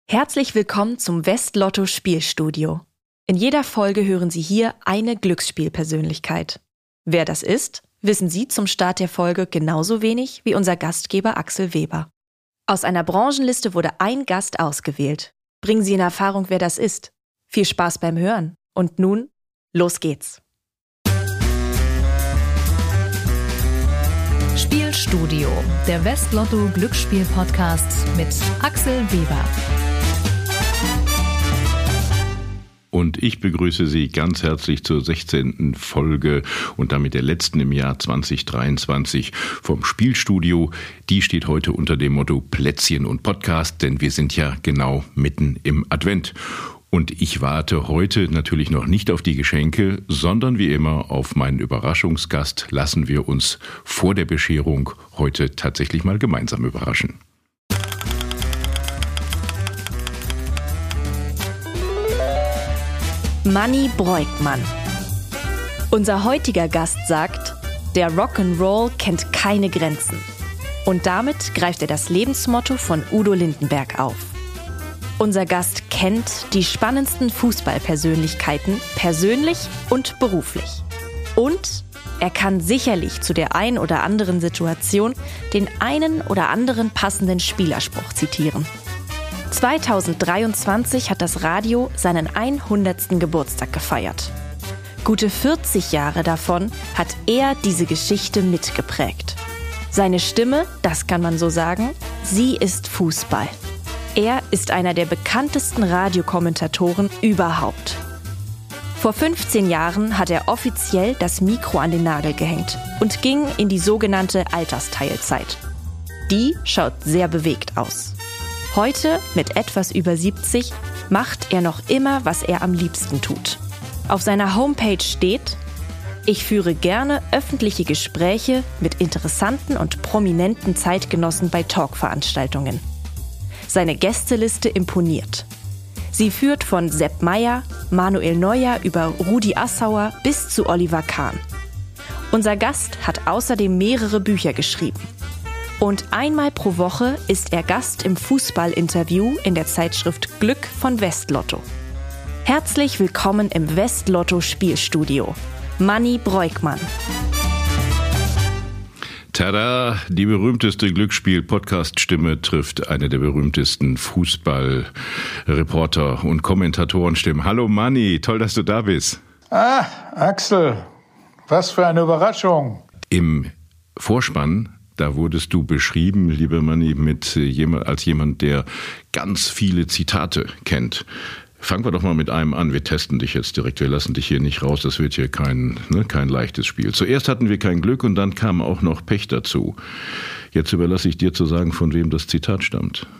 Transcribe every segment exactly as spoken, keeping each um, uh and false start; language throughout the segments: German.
Herzlich willkommen zum West-Lotto Spielstudio. In jeder Folge hören Sie hier eine Glücksspielpersönlichkeit. Wer das ist, wissen Sie zum Start der Folge genauso wenig wie unser Gastgeber Axel Weber. Aus einer Branchenliste wurde ein Gast ausgewählt. Bringen Sie in Erfahrung, wer das ist. Viel Spaß beim Hören. Und nun, los geht's. Spielstudio, der West-Lotto Glücksspiel-Podcast mit Axel Weber. Und ich begrüße Sie ganz herzlich zur sechzehnten Folge und damit der letzten im Jahr zwanzig dreiundzwanzig vom Spielstudio. Die steht heute unter dem Motto Plätzchen und Podcast, denn wir sind ja genau mitten im Advent. Und ich warte heute natürlich noch nicht auf die Geschenke, sondern wie immer auf meinen Überraschungsgast. Lassen wir uns vor der Bescherung heute tatsächlich mal gemeinsam überraschen. Manni Breukmann. Unser heutiger Gast sagt, der Rock'n'Roll kennt keine Grenzen. Und damit greift er das Lebensmotto von Udo Lindenberg auf. Unser Gast kennt die spannendsten Fußballpersönlichkeiten, persönlich und beruflich. Und er kann sicherlich zu der ein oder anderen Situation den einen oder anderen passenden Spielerspruch zitieren. zweitausenddreiundzwanzig hat das Radio seinen hundertsten Geburtstag gefeiert. Gute vierzig Jahre davon hat er diese Geschichte mitgeprägt. Seine Stimme, das kann man so sagen, sie ist Fußball. Er ist einer der bekanntesten Radiokommentatoren überhaupt. Vor fünfzehn Jahren hat er offiziell das Mikro an den Nagel gehängt und ging in die sogenannte Altersteilzeit. Die schaut sehr bewegt aus. Heute, mit etwas über siebzig, macht er noch immer, was er am liebsten tut. Auf seiner Homepage steht: Ich führe gerne öffentliche Gespräche mit interessanten und prominenten Zeitgenossen bei Talkveranstaltungen. Seine Gästeliste imponiert. Sie führt von Sepp Maier, Manuel Neuer über Rudi Assauer bis zu Oliver Kahn. Unser Gast hat außerdem mehrere Bücher geschrieben. Und einmal pro Woche ist er Gast im Fußballinterview in der Zeitschrift Glück von West-Lotto. Herzlich willkommen im West-Lotto Spielstudio, Manni Breukmann. Tada! Die berühmteste Glücksspiel-Podcast-Stimme trifft eine der berühmtesten Fußball-Reporter- und Kommentatorenstimmen. Hallo Manni, toll, dass du da bist. Ah, Axel, was für eine Überraschung. Im Vorspann, da wurdest du beschrieben, lieber Manni, mit jemand, als jemand, der ganz viele Zitate kennt. Fangen wir doch mal mit einem an. Wir testen dich jetzt direkt. Wir lassen dich hier nicht raus. Das wird hier kein, ne, kein leichtes Spiel. Zuerst hatten wir kein Glück und dann kam auch noch Pech dazu. Jetzt überlasse ich dir zu sagen, von wem das Zitat stammt.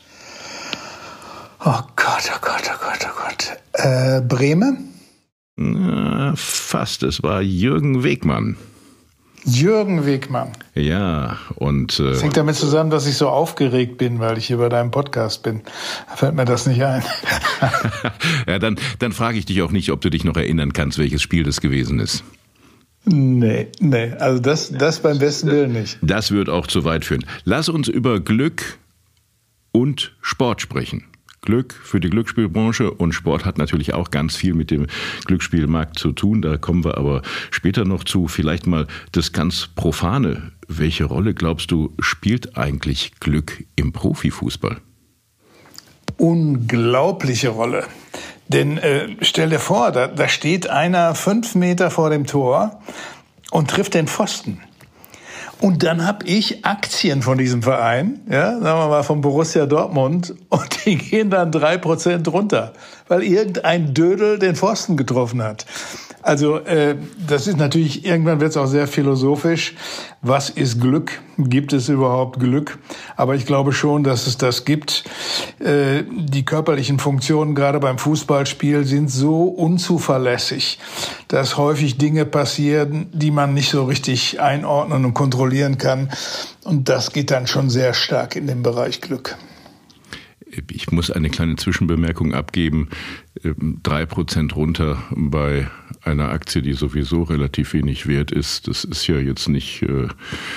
Oh Gott, oh Gott, oh Gott, oh Gott. Äh, Brehme? Na, fast. Es war Jürgen Wegmann. Jürgen Wegmann. Ja, und... Äh, das hängt damit zusammen, dass ich so aufgeregt bin, weil ich hier bei deinem Podcast bin. Da fällt mir das nicht ein. Ja, dann, dann frage ich dich auch nicht, ob du dich noch erinnern kannst, welches Spiel das gewesen ist. Nee, nee, also das, das beim besten Willen nicht. Das wird auch zu weit führen. Lass uns über Glück und Sport sprechen. Glück für die Glücksspielbranche und Sport hat natürlich auch ganz viel mit dem Glücksspielmarkt zu tun. Da kommen wir aber später noch zu. Vielleicht mal das ganz Profane. Welche Rolle, glaubst du, spielt eigentlich Glück im Profifußball? Unglaubliche Rolle. Denn äh, stell dir vor, da, da steht einer fünf Meter vor dem Tor und trifft den Pfosten. Und dann habe ich Aktien von diesem Verein, ja, sagen wir mal von Borussia Dortmund, und die gehen dann drei Prozent runter, weil irgendein Dödel den Pfosten getroffen hat. Also äh, das ist natürlich, irgendwann wird es auch sehr philosophisch. Was ist Glück? Gibt es überhaupt Glück? Aber ich glaube schon, dass es das gibt. Äh, die körperlichen Funktionen, gerade beim Fußballspiel, sind so unzuverlässig, dass häufig Dinge passieren, die man nicht so richtig einordnen und kontrollieren kann. Und das geht dann schon sehr stark in den Bereich Glück. Ich muss eine kleine Zwischenbemerkung abgeben. Drei Prozent runter bei einer Aktie, die sowieso relativ wenig wert ist. Das ist ja jetzt nicht äh,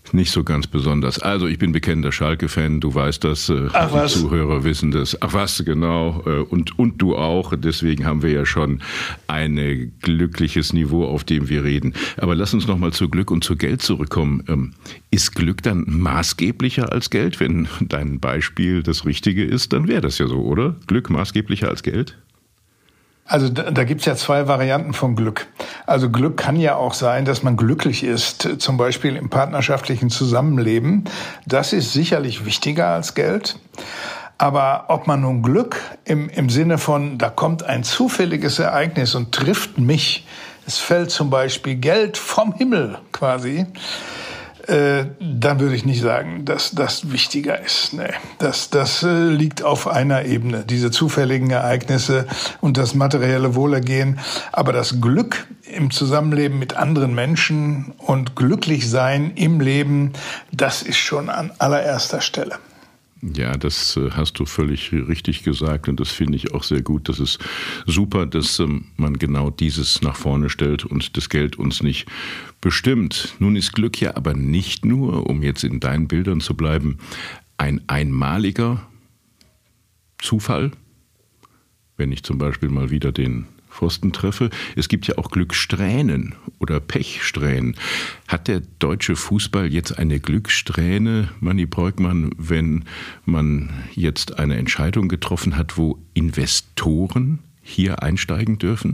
Nicht so ganz besonders. Also ich bin bekennender Schalke-Fan, du weißt das, äh, Ach, die was? Zuhörer wissen das. Ach was, genau. Äh, und, und du auch. Deswegen haben wir ja schon ein glückliches Niveau, auf dem wir reden. Aber lass uns nochmal zu Glück und zu Geld zurückkommen. Ähm, ist Glück dann maßgeblicher als Geld? Wenn dein Beispiel das Richtige ist, dann wäre das ja so, oder? Glück maßgeblicher als Geld? Also da, da gibt's ja zwei Varianten von Glück. Also Glück kann ja auch sein, dass man glücklich ist, zum Beispiel im partnerschaftlichen Zusammenleben. Das ist sicherlich wichtiger als Geld. Aber ob man nun Glück im, im Sinne von, da kommt ein zufälliges Ereignis und trifft mich, es fällt zum Beispiel Geld vom Himmel quasi, äh, dann würde ich nicht sagen, dass das wichtiger ist. Nee, das, das äh, liegt auf einer Ebene, diese zufälligen Ereignisse und das materielle Wohlergehen. Aber das Glück im Zusammenleben mit anderen Menschen und glücklich sein im Leben, das ist schon an allererster Stelle. Ja, das hast du völlig richtig gesagt und das finde ich auch sehr gut. Das ist super, dass man genau dieses nach vorne stellt und das Geld uns nicht bestimmt. Nun ist Glück ja aber nicht nur, um jetzt in deinen Bildern zu bleiben, ein einmaliger Zufall, wenn ich zum Beispiel mal wieder den Pfosten treffe. Es gibt ja auch Glückssträhnen oder Pechsträhnen. Hat der deutsche Fußball jetzt eine Glückssträhne, Manni Breukmann, wenn man jetzt eine Entscheidung getroffen hat, wo Investoren hier einsteigen dürfen?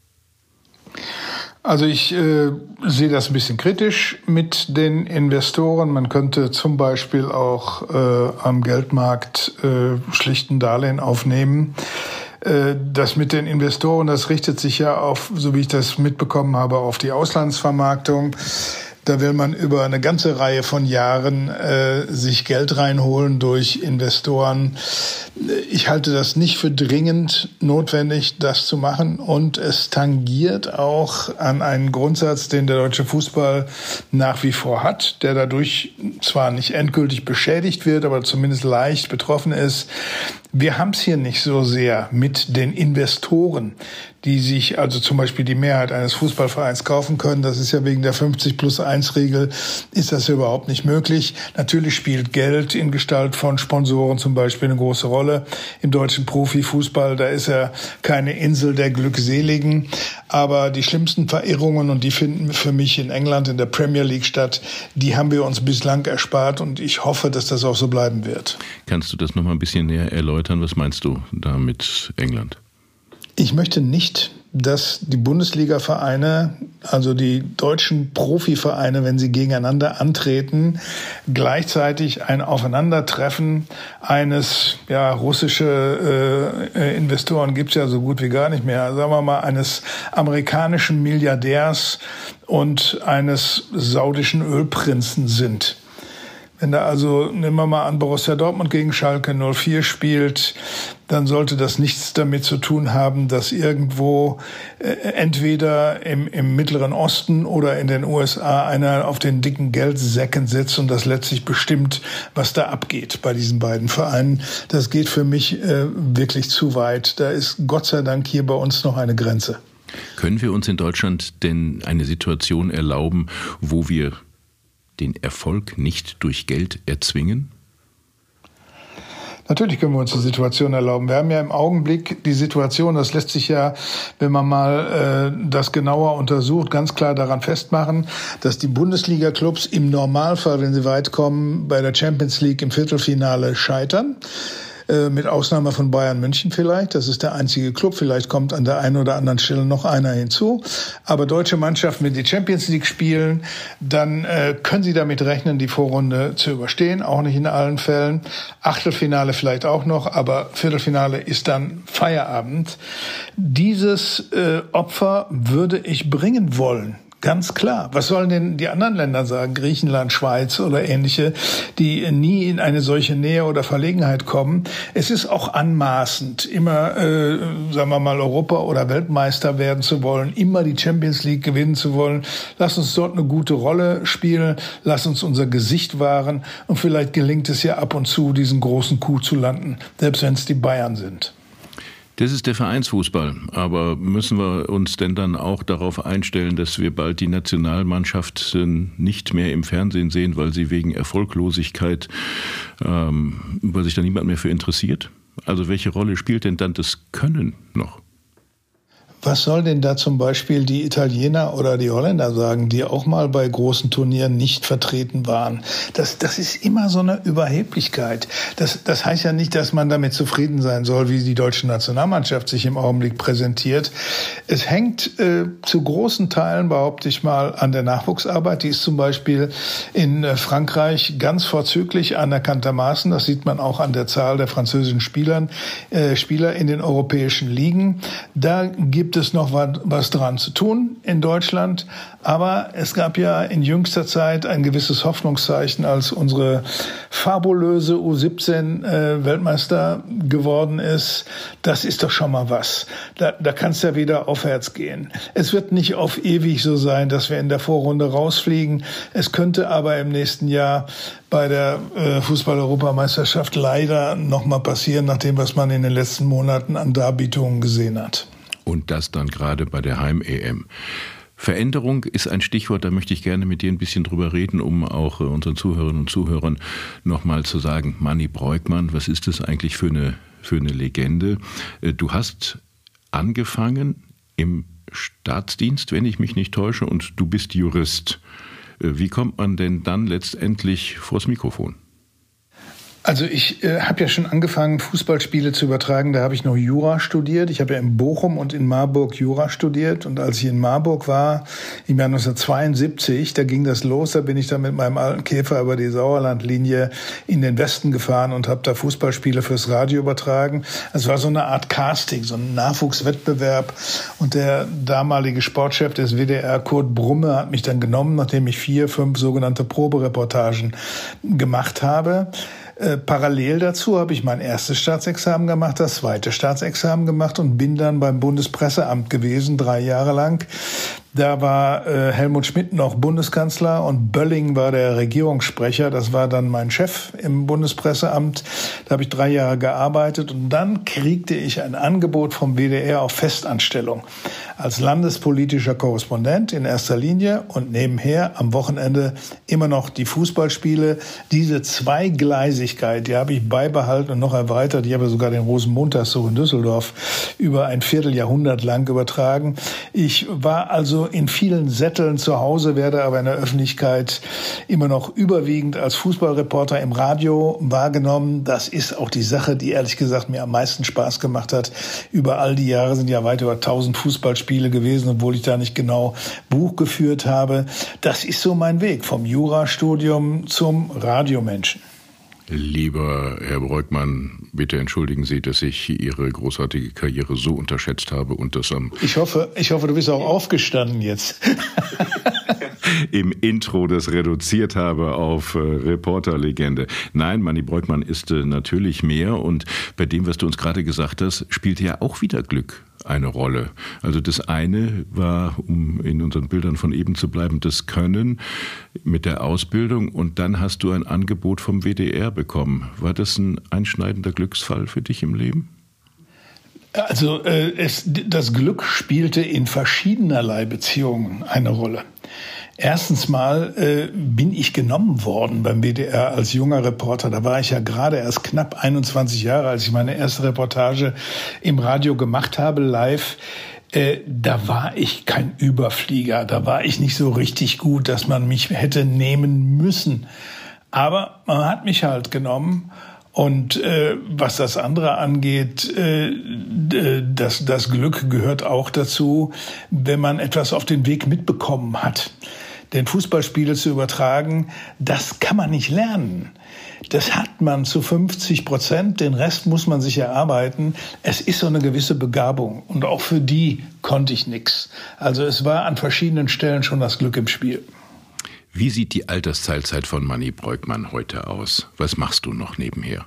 Also ich äh, sehe das ein bisschen kritisch mit den Investoren. Man könnte zum Beispiel auch äh, am Geldmarkt äh, schlichten Darlehen aufnehmen. Das mit den Investoren, das richtet sich ja auf, so wie ich das mitbekommen habe, auf die Auslandsvermarktung. Da will man über eine ganze Reihe von Jahren äh, sich Geld reinholen durch Investoren. Ich halte das nicht für dringend notwendig, das zu machen. Und es tangiert auch an einen Grundsatz, den der deutsche Fußball nach wie vor hat, der dadurch zwar nicht endgültig beschädigt wird, aber zumindest leicht betroffen ist. Wir haben es hier nicht so sehr mit den Investoren, die sich also zum Beispiel die Mehrheit eines Fußballvereins kaufen können. Das ist ja wegen der fünfzig plus eins Regel, ist das ja überhaupt nicht möglich. Natürlich spielt Geld in Gestalt von Sponsoren zum Beispiel eine große Rolle. Im deutschen Profifußball, da ist ja keine Insel der Glückseligen. Aber die schlimmsten Verirrungen, und die finden für mich in England in der Premier League statt, die haben wir uns bislang erspart und ich hoffe, dass das auch so bleiben wird. Kannst du das noch mal ein bisschen näher erläutern? Was meinst du da mit England? Ich möchte nicht, dass die Bundesliga-Vereine, also die deutschen Profivereine, wenn sie gegeneinander antreten, gleichzeitig ein Aufeinandertreffen eines, ja, russische äh, Investoren gibt's ja so gut wie gar nicht mehr, sagen wir mal eines amerikanischen Milliardärs und eines saudischen Ölprinzen sind. Wenn da also, nehmen wir mal an, Borussia Dortmund gegen Schalke null vier spielt, dann sollte das nichts damit zu tun haben, dass irgendwo äh, entweder im, im Mittleren Osten oder in den U S A einer auf den dicken Geldsäcken sitzt und das letztlich bestimmt, was da abgeht bei diesen beiden Vereinen. Das geht für mich äh, wirklich zu weit. Da ist Gott sei Dank hier bei uns noch eine Grenze. Können wir uns in Deutschland denn eine Situation erlauben, wo wir den Erfolg nicht durch Geld erzwingen? Natürlich können wir uns die Situation erlauben. Wir haben ja im Augenblick die Situation, das lässt sich ja, wenn man mal äh, das genauer untersucht, ganz klar daran festmachen, dass die Bundesliga-Clubs im Normalfall, wenn sie weit kommen, bei der Champions League im Viertelfinale scheitern. Mit Ausnahme von Bayern München vielleicht. Das ist der einzige Club. Vielleicht kommt an der einen oder anderen Stelle noch einer hinzu. Aber deutsche Mannschaften, wenn die Champions League spielen, dann äh, können sie damit rechnen, die Vorrunde zu überstehen. Auch nicht in allen Fällen. Achtelfinale vielleicht auch noch, aber Viertelfinale ist dann Feierabend. Dieses äh, Opfer würde ich bringen wollen. Ganz klar. Was sollen denn die anderen Länder sagen? Griechenland, Schweiz oder ähnliche, die nie in eine solche Nähe oder Verlegenheit kommen. Es ist auch anmaßend, immer, äh, sagen wir mal, Europa- oder Weltmeister werden zu wollen, immer die Champions League gewinnen zu wollen. Lass uns dort eine gute Rolle spielen, lass uns unser Gesicht wahren und vielleicht gelingt es ja ab und zu, diesen großen Coup zu landen, selbst wenn es die Bayern sind. Das ist der Vereinsfußball. Aber müssen wir uns denn dann auch darauf einstellen, dass wir bald die Nationalmannschaft nicht mehr im Fernsehen sehen, weil sie wegen Erfolglosigkeit, ähm, weil sich da niemand mehr für interessiert? Also welche Rolle spielt denn dann das Können noch? Was soll denn da zum Beispiel die Italiener oder die Holländer sagen, die auch mal bei großen Turnieren nicht vertreten waren? Das, das ist immer so eine Überheblichkeit. Das, das heißt ja nicht, dass man damit zufrieden sein soll, wie die deutsche Nationalmannschaft sich im Augenblick präsentiert. Es hängt äh, zu großen Teilen, behaupte ich mal, an der Nachwuchsarbeit. Die ist zum Beispiel in äh, Frankreich ganz vorzüglich anerkanntermaßen. Das sieht man auch an der Zahl der französischen Spielern, äh, Spieler in den europäischen Ligen. Da gibt es noch was dran zu tun in Deutschland. Aber es gab ja in jüngster Zeit ein gewisses Hoffnungszeichen, als unsere fabulöse U siebzehn äh, Weltmeister geworden ist. Das ist doch schon mal was. Da, da kann es ja wieder aufwärts gehen. Es wird nicht auf ewig so sein, dass wir in der Vorrunde rausfliegen. Es könnte aber im nächsten Jahr bei der äh, Fußball-Europameisterschaft leider noch mal passieren, nach dem, was man in den letzten Monaten an Darbietungen gesehen hat. Und das dann gerade bei der Heim-E M. Veränderung ist ein Stichwort, da möchte ich gerne mit dir ein bisschen drüber reden, um auch unseren Zuhörerinnen und Zuhörern nochmal zu sagen, Manni Breukmann, was ist das eigentlich für eine, für eine Legende? Du hast angefangen im Staatsdienst, wenn ich mich nicht täusche, und du bist Jurist. Wie kommt man denn dann letztendlich vors Mikrofon? Also ich äh, habe ja schon angefangen, Fußballspiele zu übertragen. Da habe ich noch Jura studiert. Ich habe ja in Bochum und in Marburg Jura studiert. Und als ich in Marburg war, im Jahr neunzehnhundertzweiundsiebzig, da ging das los. Da bin ich dann mit meinem alten Käfer über die Sauerlandlinie in den Westen gefahren und habe da Fußballspiele fürs Radio übertragen. Es war so eine Art Casting, so ein Nachwuchswettbewerb. Und der damalige Sportchef des W D R, Kurt Brumme, hat mich dann genommen, nachdem ich vier, fünf sogenannte Probereportagen gemacht habe. Äh, parallel dazu habe ich mein erstes Staatsexamen gemacht, das zweite Staatsexamen gemacht und bin dann beim Bundespresseamt gewesen, drei Jahre lang. Da war äh, Helmut Schmidt noch Bundeskanzler und Bölling war der Regierungssprecher. Das war dann mein Chef im Bundespresseamt. Da habe ich drei Jahre gearbeitet und dann kriegte ich ein Angebot vom W D R auf Festanstellung als landespolitischer Korrespondent in erster Linie und nebenher am Wochenende immer noch die Fußballspiele. Diese Zweigleisigkeit, die habe ich beibehalten und noch erweitert. Ich habe sogar den Rosenmontagszug in Düsseldorf über ein Vierteljahrhundert lang übertragen. Ich war also in vielen Sätteln zu Hause, werde aber in der Öffentlichkeit immer noch überwiegend als Fußballreporter im Radio wahrgenommen. Das ist auch die Sache, die ehrlich gesagt mir am meisten Spaß gemacht hat. Über all die Jahre sind ja weit über tausend Fußballspiele gewesen, obwohl ich da nicht genau Buch geführt habe. Das ist so mein Weg vom Jurastudium zum Radiomenschen. Lieber Herr Breukmann, bitte entschuldigen Sie, dass ich Ihre großartige Karriere so unterschätzt habe und das am... Ich hoffe, ich hoffe, du bist auch aufgestanden jetzt. im Intro das reduziert habe auf äh, Reporterlegende. Nein, Manni Breukmann ist äh, natürlich mehr und bei dem, was du uns gerade gesagt hast, spielt ja auch wieder Glück eine Rolle. Also das eine war, um in unseren Bildern von eben zu bleiben, das Können mit der Ausbildung und dann hast du ein Angebot vom W D R bekommen. War das ein einschneidender Glücksfall für dich im Leben? Also äh, es, das Glück spielte in verschiedenerlei Beziehungen eine Rolle. Erstens mal äh, bin ich genommen worden beim W D R als junger Reporter. Da war ich ja gerade erst knapp einundzwanzig Jahre, als ich meine erste Reportage im Radio gemacht habe, live. Äh, da war ich kein Überflieger, da war ich nicht so richtig gut, dass man mich hätte nehmen müssen. Aber man hat mich halt genommen. Und äh, was das andere angeht, äh, das, das Glück gehört auch dazu, wenn man etwas auf den Weg mitbekommen hat. Denn Fußballspiele zu übertragen, das kann man nicht lernen. Das hat man zu fünfzig Prozent, den Rest muss man sich erarbeiten. Es ist so eine gewisse Begabung und auch für die konnte ich nichts. Also es war an verschiedenen Stellen schon das Glück im Spiel. Wie sieht die Altersteilzeit von Manni Breukmann heute aus? Was machst du noch nebenher?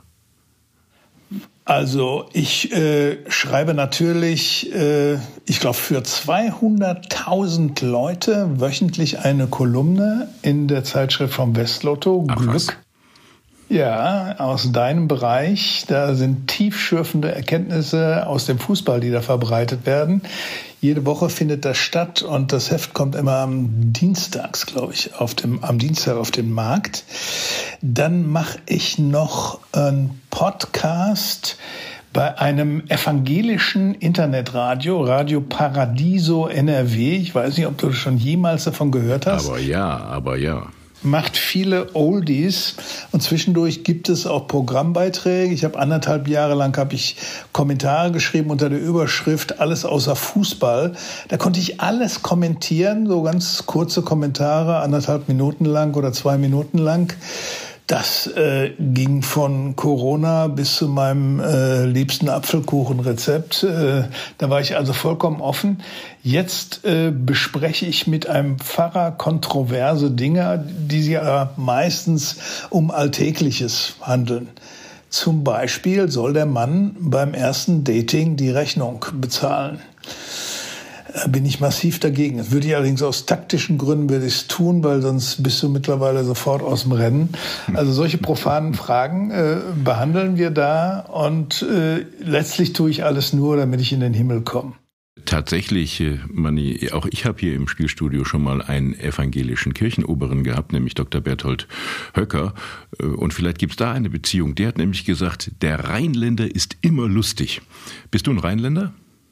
Also ich äh, schreibe natürlich, äh, ich glaube, für zweihunderttausend Leute wöchentlich eine Kolumne in der Zeitschrift vom Westlotto. Ach, Glück. was? Ja, aus deinem Bereich. Da sind tiefschürfende Erkenntnisse aus dem Fußball, die da verbreitet werden. Jede Woche findet das statt und das Heft kommt immer am Dienstags, glaube ich, auf dem, am Dienstag auf den Markt. Dann mache ich noch einen Podcast bei einem evangelischen Internetradio, Radio Paradiso N R W. Ich weiß nicht, ob du schon jemals davon gehört hast. Aber ja, aber ja. Macht viele Oldies und zwischendurch gibt es auch Programmbeiträge. Ich habe anderthalb Jahre lang habe ich Kommentare geschrieben unter der Überschrift Alles außer Fußball. Da konnte ich alles kommentieren, so ganz kurze Kommentare, anderthalb Minuten lang oder zwei Minuten lang. Das äh, ging von Corona bis zu meinem äh, liebsten Apfelkuchenrezept. Äh, da war ich also vollkommen offen. Jetzt äh, bespreche ich mit einem Pfarrer kontroverse Dinge, die sich ja meistens um Alltägliches handeln. Zum Beispiel soll der Mann beim ersten Dating die Rechnung bezahlen. Bin ich massiv dagegen. Das würde ich allerdings aus taktischen Gründen würde ich es tun, weil sonst bist du mittlerweile sofort aus dem Rennen. Also solche profanen Fragen äh, behandeln wir da und äh, letztlich tue ich alles nur, damit ich in den Himmel komme. Tatsächlich, Manni, auch ich habe hier im Spielstudio schon mal einen evangelischen Kirchenoberen gehabt, nämlich Doktor Berthold Höcker. Und vielleicht gibt es da eine Beziehung. Der hat nämlich gesagt, der Rheinländer ist immer lustig. Bist du ein Rheinländer?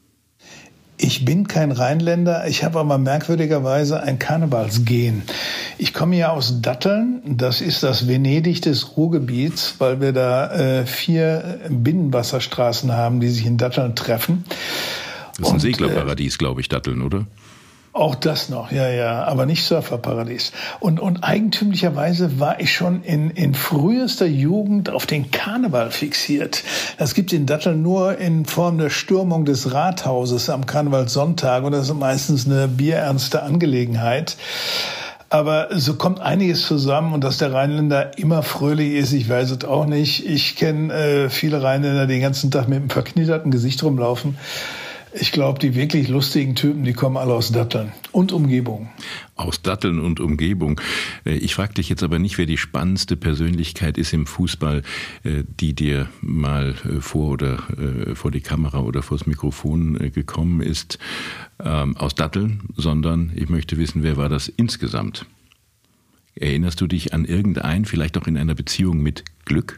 Ich bin kein Rheinländer, ich habe aber merkwürdigerweise ein Karnevalsgen. Ich komme ja aus Datteln, das ist das Venedig des Ruhrgebiets, weil wir da äh, vier Binnenwasserstraßen haben, die sich in Datteln treffen. Das ist ein Und, Seglerparadies, äh, glaube ich, Datteln, oder? Auch das noch, ja, ja, aber nicht Surferparadies. Und, und eigentümlicherweise war ich schon in, in frühester Jugend auf den Karneval fixiert. Das gibt in Datteln nur in Form der Stürmung des Rathauses am Karnevalssonntag und das ist meistens eine bierernste Angelegenheit. Aber so kommt einiges zusammen und dass der Rheinländer immer fröhlich ist, ich weiß es auch nicht. Ich kenne äh, viele Rheinländer, die den ganzen Tag mit einem verknitterten Gesicht rumlaufen. Ich glaube, die wirklich lustigen Typen, die kommen alle aus Datteln und Umgebung. Aus Datteln und Umgebung. Ich frage dich jetzt aber nicht, wer die spannendste Persönlichkeit ist im Fußball, die dir mal vor oder vor die Kamera oder vors Mikrofon gekommen ist, aus Datteln, sondern ich möchte wissen, wer war das insgesamt? Erinnerst du dich an irgendeinen, vielleicht auch in einer Beziehung mit Glück?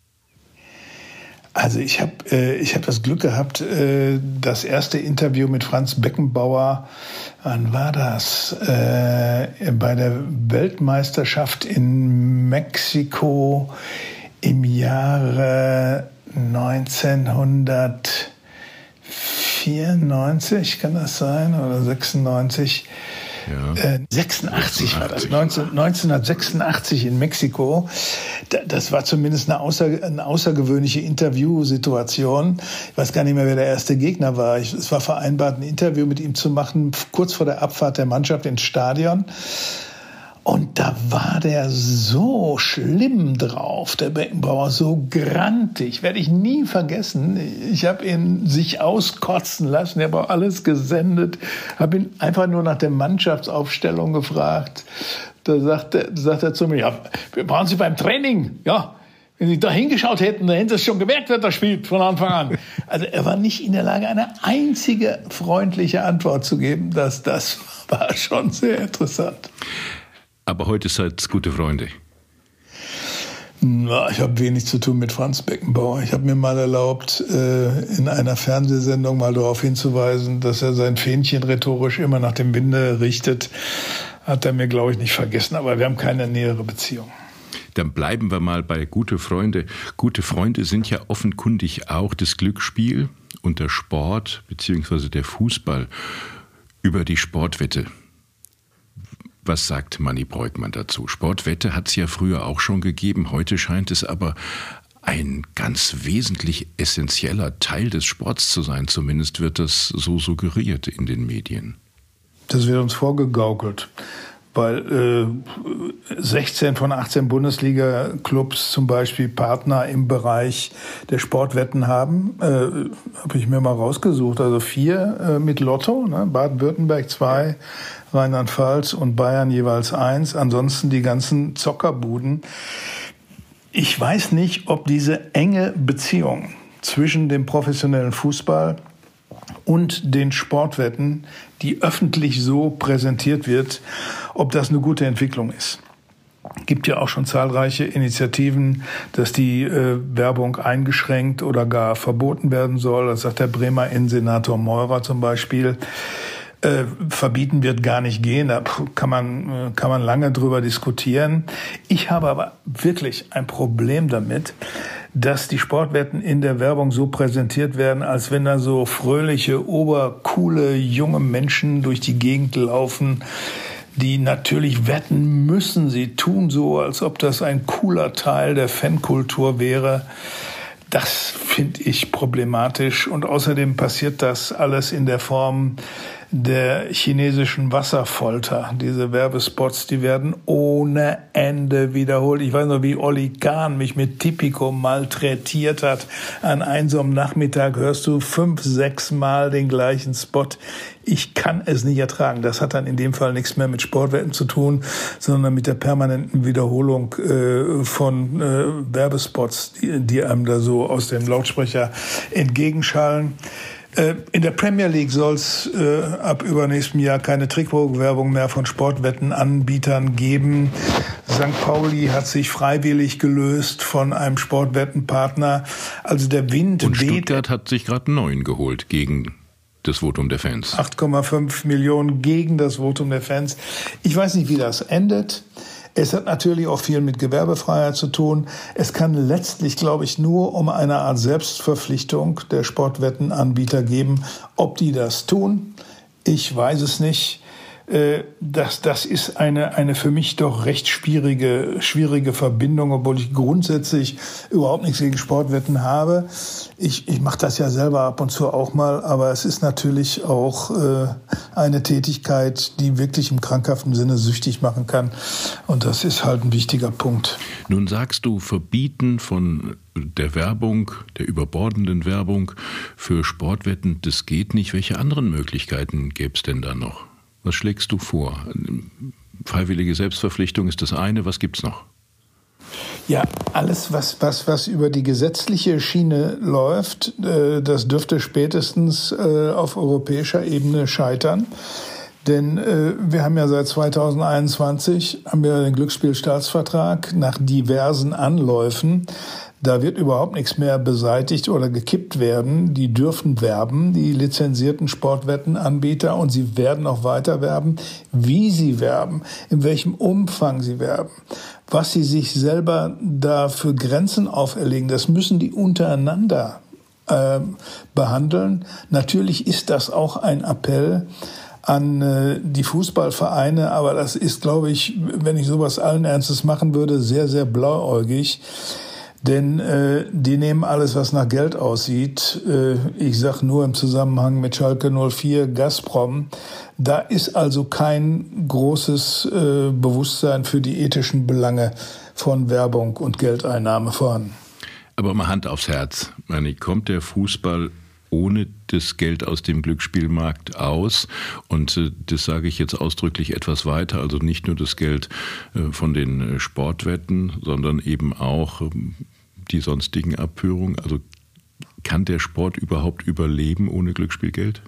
Also ich habe äh, ich hab das Glück gehabt, äh, das erste Interview mit Franz Beckenbauer, wann war das? Äh, bei der Weltmeisterschaft in Mexiko im Jahre neunzehnhundertvierundneunzig, kann das sein, oder sechsundneunzig? Ja. Äh, sechsundachtzig war das, neunzehn, neunzehnhundertsechsundachtzig in Mexiko. Das war zumindest eine, außer, eine außergewöhnliche Interviewsituation. Ich weiß gar nicht mehr, wer der erste Gegner war. Ich, es war vereinbart, ein Interview mit ihm zu machen, kurz vor der Abfahrt der Mannschaft ins Stadion. Und da war der so schlimm drauf, der Beckenbauer, so grantig, werde ich nie vergessen. Ich habe ihn sich auskotzen lassen, er hat auch alles gesendet, habe ihn einfach nur nach der Mannschaftsaufstellung gefragt. Da sagt er, sagt er zu mir, ja, waren Sie beim Training? Ja, wenn Sie da hingeschaut hätten, dann hätten Sie es schon gemerkt, wer da spielt von Anfang an. Also er war nicht in der Lage, eine einzige freundliche Antwort zu geben. Das, das war schon sehr interessant. Aber heute seid ihr gute Freunde. Na, ich habe wenig zu tun mit Franz Beckenbauer. Ich habe mir mal erlaubt, in einer Fernsehsendung mal darauf hinzuweisen, dass er sein Fähnchen rhetorisch immer nach dem Winde richtet. Hat er mir, glaube ich, nicht vergessen. Aber wir haben keine nähere Beziehung. Dann bleiben wir mal bei gute Freunde. Gute Freunde sind ja offenkundig auch das Glücksspiel und der Sport bzw. der Fußball über die Sportwette. Was sagt Manni Breukmann dazu? Sportwette hat es ja früher auch schon gegeben. Heute scheint es aber ein ganz wesentlich essentieller Teil des Sports zu sein. Zumindest wird das so suggeriert in den Medien. Das wird uns vorgegaukelt, weil äh, sechzehn von achtzehn Bundesliga-Clubs zum Beispiel Partner im Bereich der Sportwetten haben. Äh, habe ich mir mal rausgesucht. Also vier äh, mit Lotto, ne? Baden-Württemberg zwei, Rheinland-Pfalz und Bayern jeweils eins. Ansonsten die ganzen Zockerbuden. Ich weiß nicht, ob diese enge Beziehung zwischen dem professionellen Fußball und den Sportwetten, die öffentlich so präsentiert wird, ob das eine gute Entwicklung ist. Es gibt ja auch schon zahlreiche Initiativen, dass die äh, Werbung eingeschränkt oder gar verboten werden soll. Das sagt der Bremer Innensenator Meurer zum Beispiel. Äh, verbieten wird gar nicht gehen, da kann man, äh, kann man lange drüber diskutieren. Ich habe aber wirklich ein Problem damit, dass die Sportwetten in der Werbung so präsentiert werden, als wenn da so fröhliche, obercoole, junge Menschen durch die Gegend laufen, die natürlich wetten müssen. Sie tun so, als ob das ein cooler Teil der Fankultur wäre. Das finde ich problematisch. Und außerdem passiert das alles in der Form der chinesischen Wasserfolter. Diese Werbespots, die werden ohne Ende wiederholt. Ich weiß noch, wie Olli Kahn mich mit Tipico malträtiert hat. An einem so einem Nachmittag hörst du fünf, sechs Mal den gleichen Spot. Ich kann es nicht ertragen. Das hat dann in dem Fall nichts mehr mit Sportwetten zu tun, sondern mit der permanenten Wiederholung äh, von äh, Werbespots, die, die einem da so aus dem Lautsprecher entgegenschallen. In der Premier League soll es äh, ab übernächstem Jahr keine Trikotwerbung mehr von Sportwettenanbietern geben. Sankt Pauli hat sich freiwillig gelöst von einem Sportwettenpartner. Also der Wind Und weht. Stuttgart hat sich gerade einen neuen geholt gegen das Votum der Fans. acht Komma fünf Millionen gegen das Votum der Fans. Ich weiß nicht, wie das endet. Es hat natürlich auch viel mit Gewerbefreiheit zu tun. Es kann letztlich, glaube ich, nur um eine Art Selbstverpflichtung der Sportwettenanbieter geben. Ob die das tun, ich weiß es nicht. Das, das ist eine, eine für mich doch recht schwierige, schwierige Verbindung, obwohl ich grundsätzlich überhaupt nichts gegen Sportwetten habe. Ich, ich mache das ja selber ab und zu auch mal, aber es ist natürlich auch äh, eine Tätigkeit, die wirklich im krankhaften Sinne süchtig machen kann. Und das ist halt ein wichtiger Punkt. Nun sagst du, Verbieten von der Werbung, der überbordenden Werbung für Sportwetten, das geht nicht. Welche anderen Möglichkeiten gäbe es denn da noch? Was schlägst du vor? Freiwillige Selbstverpflichtung ist das eine. Was gibt's noch? Ja, alles, was, was, was über die gesetzliche Schiene läuft, äh, das dürfte spätestens äh, auf europäischer Ebene scheitern. Denn äh, wir haben ja seit zweitausendeinundzwanzig haben wir den Glücksspielstaatsvertrag nach diversen Anläufen. Da wird überhaupt nichts mehr beseitigt oder gekippt werden. Die dürfen werben, die lizenzierten Sportwettenanbieter, und sie werden auch weiter werben. Wie sie werben, in welchem Umfang sie werben, was sie sich selber da für Grenzen auferlegen, das müssen die untereinander äh, behandeln. Natürlich ist das auch ein Appell an äh, die Fußballvereine, aber das ist, glaube ich, wenn ich sowas allen Ernstes machen würde, sehr, sehr blauäugig. Denn äh, die nehmen alles, was nach Geld aussieht. Äh, ich sag nur im Zusammenhang mit Schalke null vier, Gazprom. Da ist also kein großes äh, Bewusstsein für die ethischen Belange von Werbung und Geldeinnahme vorhanden. Aber mal Hand aufs Herz. Ich meine, kommt der Fußball ohne das Geld aus dem Glücksspielmarkt aus? Und äh, das sage ich jetzt ausdrücklich etwas weiter, also nicht nur das Geld äh, von den äh, Sportwetten, sondern eben auch äh, die sonstigen Abführungen. Also kann der Sport überhaupt überleben ohne Glücksspielgeld?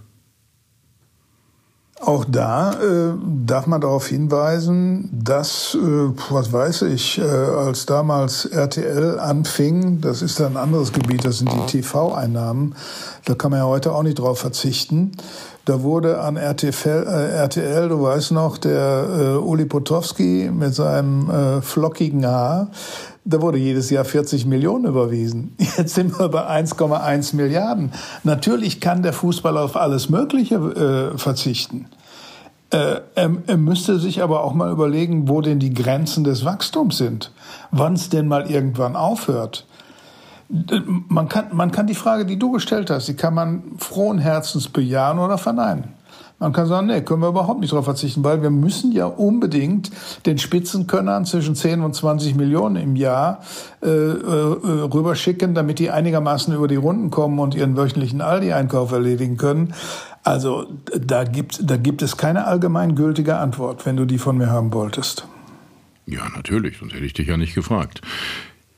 Auch da äh, darf man darauf hinweisen, dass, äh, was weiß ich, äh, als damals R T L anfing, das ist ein anderes Gebiet, das sind die T V-Einnahmen, da kann man ja heute auch nicht drauf verzichten. Da wurde an R T L, äh, R T L, du weißt noch, der äh, Uli Potowski mit seinem äh, flockigen Haar, da wurde jedes Jahr vierzig Millionen überwiesen. Jetzt sind wir bei eins Komma eins Milliarden. Natürlich kann der Fußball auf alles Mögliche äh, verzichten. Äh, er, er müsste sich aber auch mal überlegen, wo denn die Grenzen des Wachstums sind. Wann es denn mal irgendwann aufhört. Man kann, man kann die Frage, die du gestellt hast, die kann man frohen Herzens bejahen oder verneinen. Man kann sagen, nee, können wir überhaupt nicht darauf verzichten, weil wir müssen ja unbedingt den Spitzenkönnern zwischen zehn und zwanzig Millionen im Jahr äh, äh, rüberschicken, damit die einigermaßen über die Runden kommen und ihren wöchentlichen Aldi-Einkauf erledigen können. Also da gibt, da gibt es keine allgemeingültige Antwort, wenn du die von mir haben wolltest. Ja, natürlich, sonst hätte ich dich ja nicht gefragt.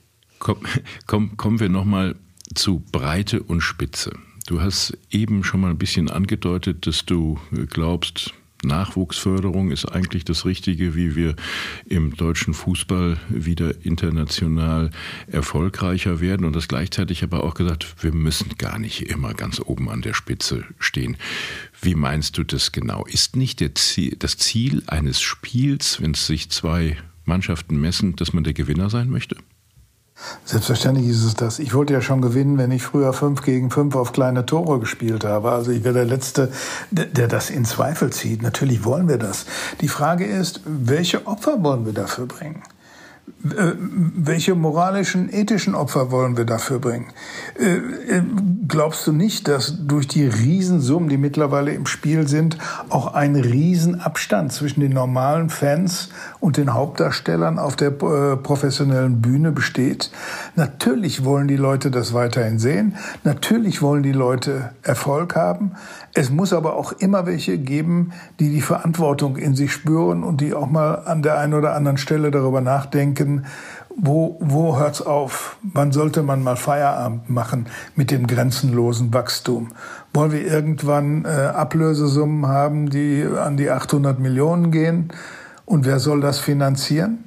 Komm, komm, kommen wir nochmal zu Breite und Spitze. Du hast eben schon mal ein bisschen angedeutet, dass du glaubst, Nachwuchsförderung ist eigentlich das Richtige, wie wir im deutschen Fußball wieder international erfolgreicher werden. Und das gleichzeitig aber auch gesagt, wir müssen gar nicht immer ganz oben an der Spitze stehen. Wie meinst du das genau? Ist nicht der Ziel, das Ziel eines Spiels, wenn es sich zwei Mannschaften messen, dass man der Gewinner sein möchte? Selbstverständlich ist es das. Ich wollte ja schon gewinnen, wenn ich früher fünf gegen fünf auf kleine Tore gespielt habe. Also ich wäre der Letzte, der das in Zweifel zieht. Natürlich wollen wir das. Die Frage ist, welche Opfer wollen wir dafür bringen? Welche moralischen, ethischen Opfer wollen wir dafür bringen? Glaubst du nicht, dass durch die Riesensummen, die mittlerweile im Spiel sind, auch ein Riesenabstand zwischen den normalen Fans und den Hauptdarstellern auf der professionellen Bühne besteht? Natürlich wollen die Leute das weiterhin sehen. Natürlich wollen die Leute Erfolg haben. Es muss aber auch immer welche geben, die die Verantwortung in sich spüren und die auch mal an der einen oder anderen Stelle darüber nachdenken, wo, wo hört's auf? Wann sollte man mal Feierabend machen mit dem grenzenlosen Wachstum? Wollen wir irgendwann äh, Ablösesummen haben, die an die achthundert Millionen gehen? Und wer soll das finanzieren?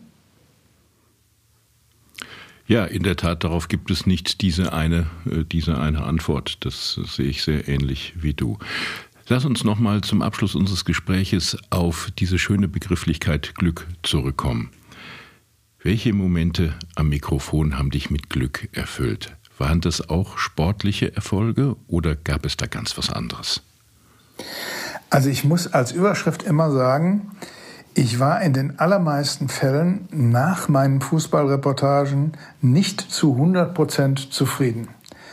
Ja, in der Tat, darauf gibt es nicht diese eine, diese eine Antwort. Das sehe ich sehr ähnlich wie du. Lass uns nochmal zum Abschluss unseres Gespräches auf diese schöne Begrifflichkeit Glück zurückkommen. Welche Momente am Mikrofon haben dich mit Glück erfüllt? Waren das auch sportliche Erfolge oder gab es da ganz was anderes? Also ich muss als Überschrift immer sagen, ich war in den allermeisten Fällen nach meinen Fußballreportagen nicht zu hundert Prozent zufrieden.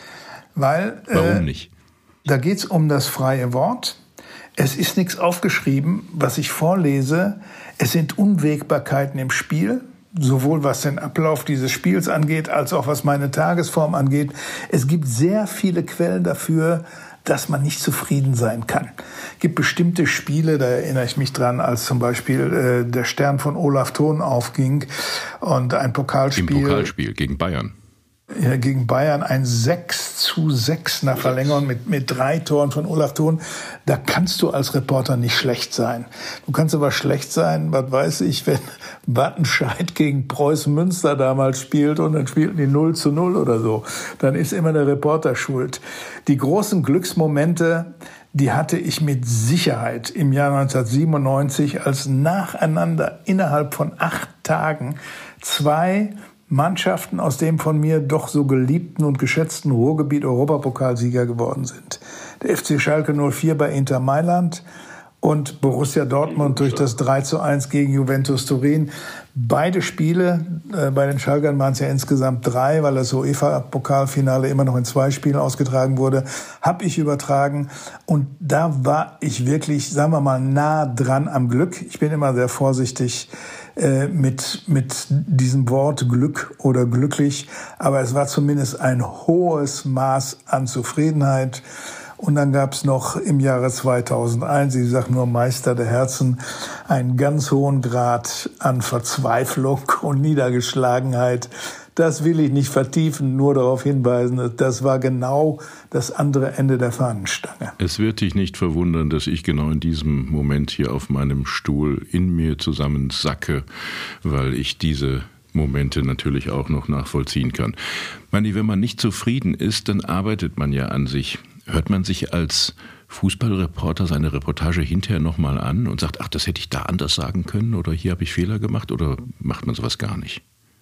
Weil, Warum äh, nicht? Da geht es um das freie Wort. Es ist nichts aufgeschrieben, was ich vorlese. Es sind Unwägbarkeiten im Spiel, sowohl was den Ablauf dieses Spiels angeht, als auch was meine Tagesform angeht. Es gibt sehr viele Quellen dafür, dass man nicht zufrieden sein kann. Es gibt bestimmte Spiele, da erinnere ich mich dran, als zum Beispiel äh, der Stern von Olaf Thon aufging und ein Pokalspiel. Im Pokalspiel gegen Bayern. Ja, gegen Bayern ein sechs zu sechs nach Verlängerung mit, mit drei Toren von Olaf Thon. Da kannst du als Reporter nicht schlecht sein. Du kannst aber schlecht sein, was weiß ich, wenn Wattenscheid gegen Preußen Münster damals spielt und dann spielten die null zu null oder so. Dann ist immer der Reporter schuld. Die großen Glücksmomente, die hatte ich mit Sicherheit im Jahr neunzehnhundertsiebenundneunzig, als nacheinander innerhalb von acht Tagen zwei Mannschaften aus dem von mir doch so geliebten und geschätzten Ruhrgebiet Europapokalsieger geworden sind. Der F C Schalke null vier bei Inter Mailand und Borussia Dortmund durch das drei zu eins gegen Juventus Turin. Beide Spiele, äh, bei den Schalkern waren es ja insgesamt drei, weil das UEFA-Pokalfinale immer noch in zwei Spielen ausgetragen wurde, habe ich übertragen. Und da war ich wirklich, sagen wir mal, nah dran am Glück. Ich bin immer sehr vorsichtig äh, mit, mit diesem Wort Glück oder glücklich. Aber es war zumindest ein hohes Maß an Zufriedenheit. Und dann gab es noch im Jahre zweitausendeins, ich sage nur Meister der Herzen, einen ganz hohen Grad an Verzweiflung und Niedergeschlagenheit. Das will ich nicht vertiefen, nur darauf hinweisen, das war genau das andere Ende der Fahnenstange. Es wird dich nicht verwundern, dass ich genau in diesem Moment hier auf meinem Stuhl in mir zusammensacke, weil ich diese Momente natürlich auch noch nachvollziehen kann. Manni, wenn man nicht zufrieden ist, dann arbeitet man ja an sich. Hört man sich als Fußballreporter seine Reportage hinterher nochmal an und sagt, ach, das hätte ich da anders sagen können oder hier habe ich Fehler gemacht, oder macht man sowas gar nicht?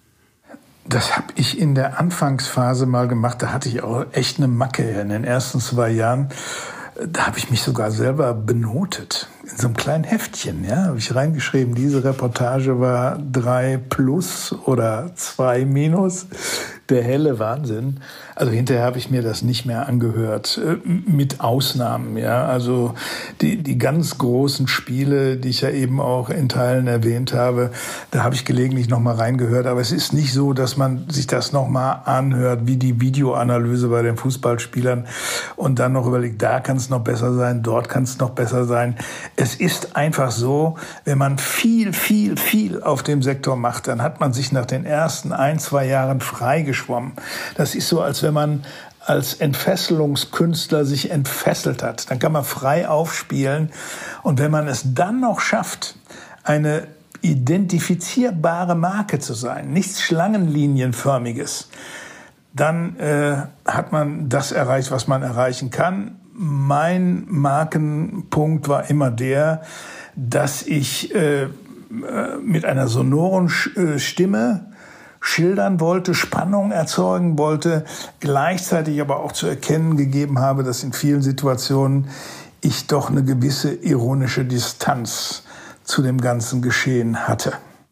Das habe ich in der Anfangsphase mal gemacht. Da hatte ich auch echt eine Macke in den ersten zwei Jahren. Da habe ich mich sogar selber benotet. In so einem kleinen Heftchen, ja, habe ich reingeschrieben, diese Reportage war drei plus oder zwei minus. Der helle Wahnsinn. Also hinterher habe ich mir das nicht mehr angehört, mit Ausnahmen, ja. Also die, die ganz großen Spiele, die ich ja eben auch in Teilen erwähnt habe, da habe ich gelegentlich noch mal reingehört. Aber es ist nicht so, dass man sich das noch mal anhört, wie die Videoanalyse bei den Fußballspielern und dann noch überlegt, da kann es noch besser sein, dort kann es noch besser sein. Es ist einfach so, wenn man viel, viel, viel auf dem Sektor macht, dann hat man sich nach den ersten ein, zwei Jahren freigestellt, geschwommen. Das ist so, als wenn man als Entfesselungskünstler sich entfesselt hat. Dann kann man frei aufspielen. Und wenn man es dann noch schafft, eine identifizierbare Marke zu sein, nichts Schlangenlinienförmiges, dann äh, hat man das erreicht, was man erreichen kann. Mein Markenpunkt war immer der, dass ich äh, mit einer sonoren Stimme schildern wollte, Spannung erzeugen wollte, gleichzeitig aber auch zu erkennen gegeben habe, dass in vielen Situationen ich doch eine gewisse ironische Distanz zu dem ganzen Geschehen hatte.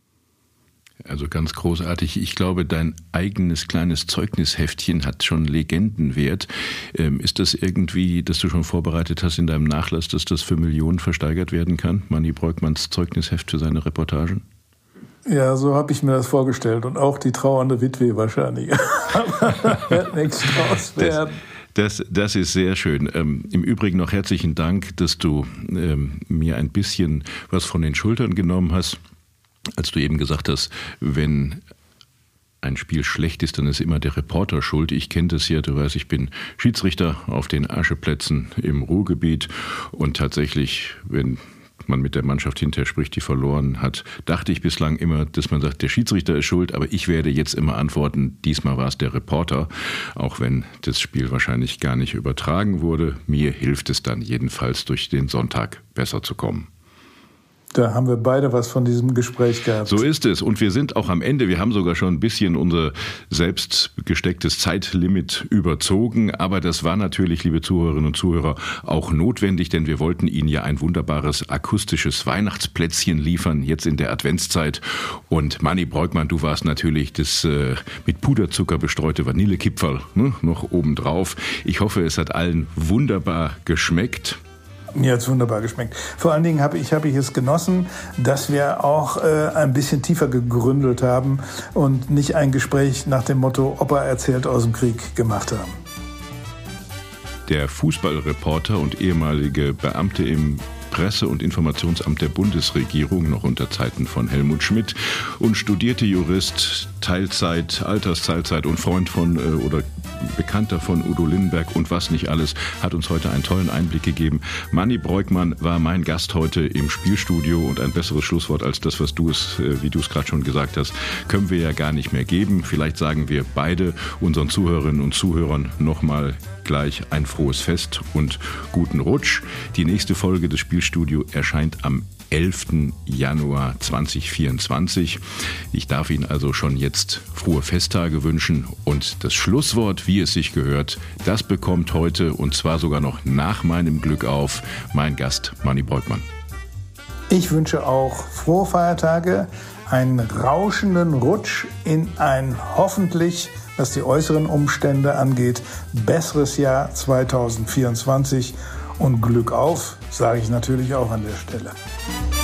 Also ganz großartig. Ich glaube, dein eigenes kleines Zeugnisheftchen hat schon Legendenwert. Ähm, ist das irgendwie, das du schon vorbereitet hast in deinem Nachlass, dass das für Millionen versteigert werden kann? Manni Breukmanns Zeugnisheft für seine Reportagen? Ja, so habe ich mir das vorgestellt. Und auch die trauernde Witwe wahrscheinlich. Aber da wird nichts draus werden. Das, das, das ist sehr schön. Ähm, im Übrigen noch herzlichen Dank, dass du ähm, mir ein bisschen was von den Schultern genommen hast. Als du eben gesagt hast, wenn ein Spiel schlecht ist, dann ist immer der Reporter schuld. Ich kenne das ja, du weißt, ich bin Schiedsrichter auf den Ascheplätzen im Ruhrgebiet und tatsächlich, wenn man mit der Mannschaft hinterher spricht, die verloren hat, dachte ich bislang immer, dass man sagt, der Schiedsrichter ist schuld, aber ich werde jetzt immer antworten, diesmal war es der Reporter, auch wenn das Spiel wahrscheinlich gar nicht übertragen wurde. Mir hilft es dann jedenfalls, durch den Sonntag besser zu kommen. Da haben wir beide was von diesem Gespräch gehabt. So ist es. Und wir sind auch am Ende. Wir haben sogar schon ein bisschen unser selbst gestecktes Zeitlimit überzogen. Aber das war natürlich, liebe Zuhörerinnen und Zuhörer, auch notwendig, denn wir wollten Ihnen ja ein wunderbares akustisches Weihnachtsplätzchen liefern, jetzt in der Adventszeit. Und Manni Breukmann, du warst natürlich das äh, mit Puderzucker bestreute Vanillekipferl, ne, noch obendrauf. Ich hoffe, es hat allen wunderbar geschmeckt. Mir hat's wunderbar geschmeckt. Vor allen Dingen habe ich, habe ich es genossen, dass wir auch äh, ein bisschen tiefer gegründelt haben und nicht ein Gespräch nach dem Motto Opa erzählt aus dem Krieg gemacht haben. Der Fußballreporter und ehemalige Beamte im Presse- und Informationsamt der Bundesregierung, noch unter Zeiten von Helmut Schmidt, und studierte Jurist, Teilzeit, Altersteilzeit und Freund von äh, oder Bekannter von Udo Lindenberg und was nicht alles, hat uns heute einen tollen Einblick gegeben. Manni Breukmann war mein Gast heute im Spielstudio und ein besseres Schlusswort als das, was du es, wie du es gerade schon gesagt hast, können wir ja gar nicht mehr geben. Vielleicht sagen wir beide unseren Zuhörerinnen und Zuhörern nochmal gleich ein frohes Fest und guten Rutsch. Die nächste Folge des Spielstudio erscheint am elften Januar zweitausendvierundzwanzig. Ich darf Ihnen also schon jetzt frohe Festtage wünschen und das Schlusswort, wie es sich gehört, das bekommt heute und zwar sogar noch nach meinem Glück auf mein Gast Manni Breukmann. Ich wünsche auch frohe Feiertage, einen rauschenden Rutsch in ein hoffentlich, was die äußeren Umstände angeht, besseres Jahr zweitausendvierundzwanzig und Glück auf, sage ich natürlich auch an der Stelle.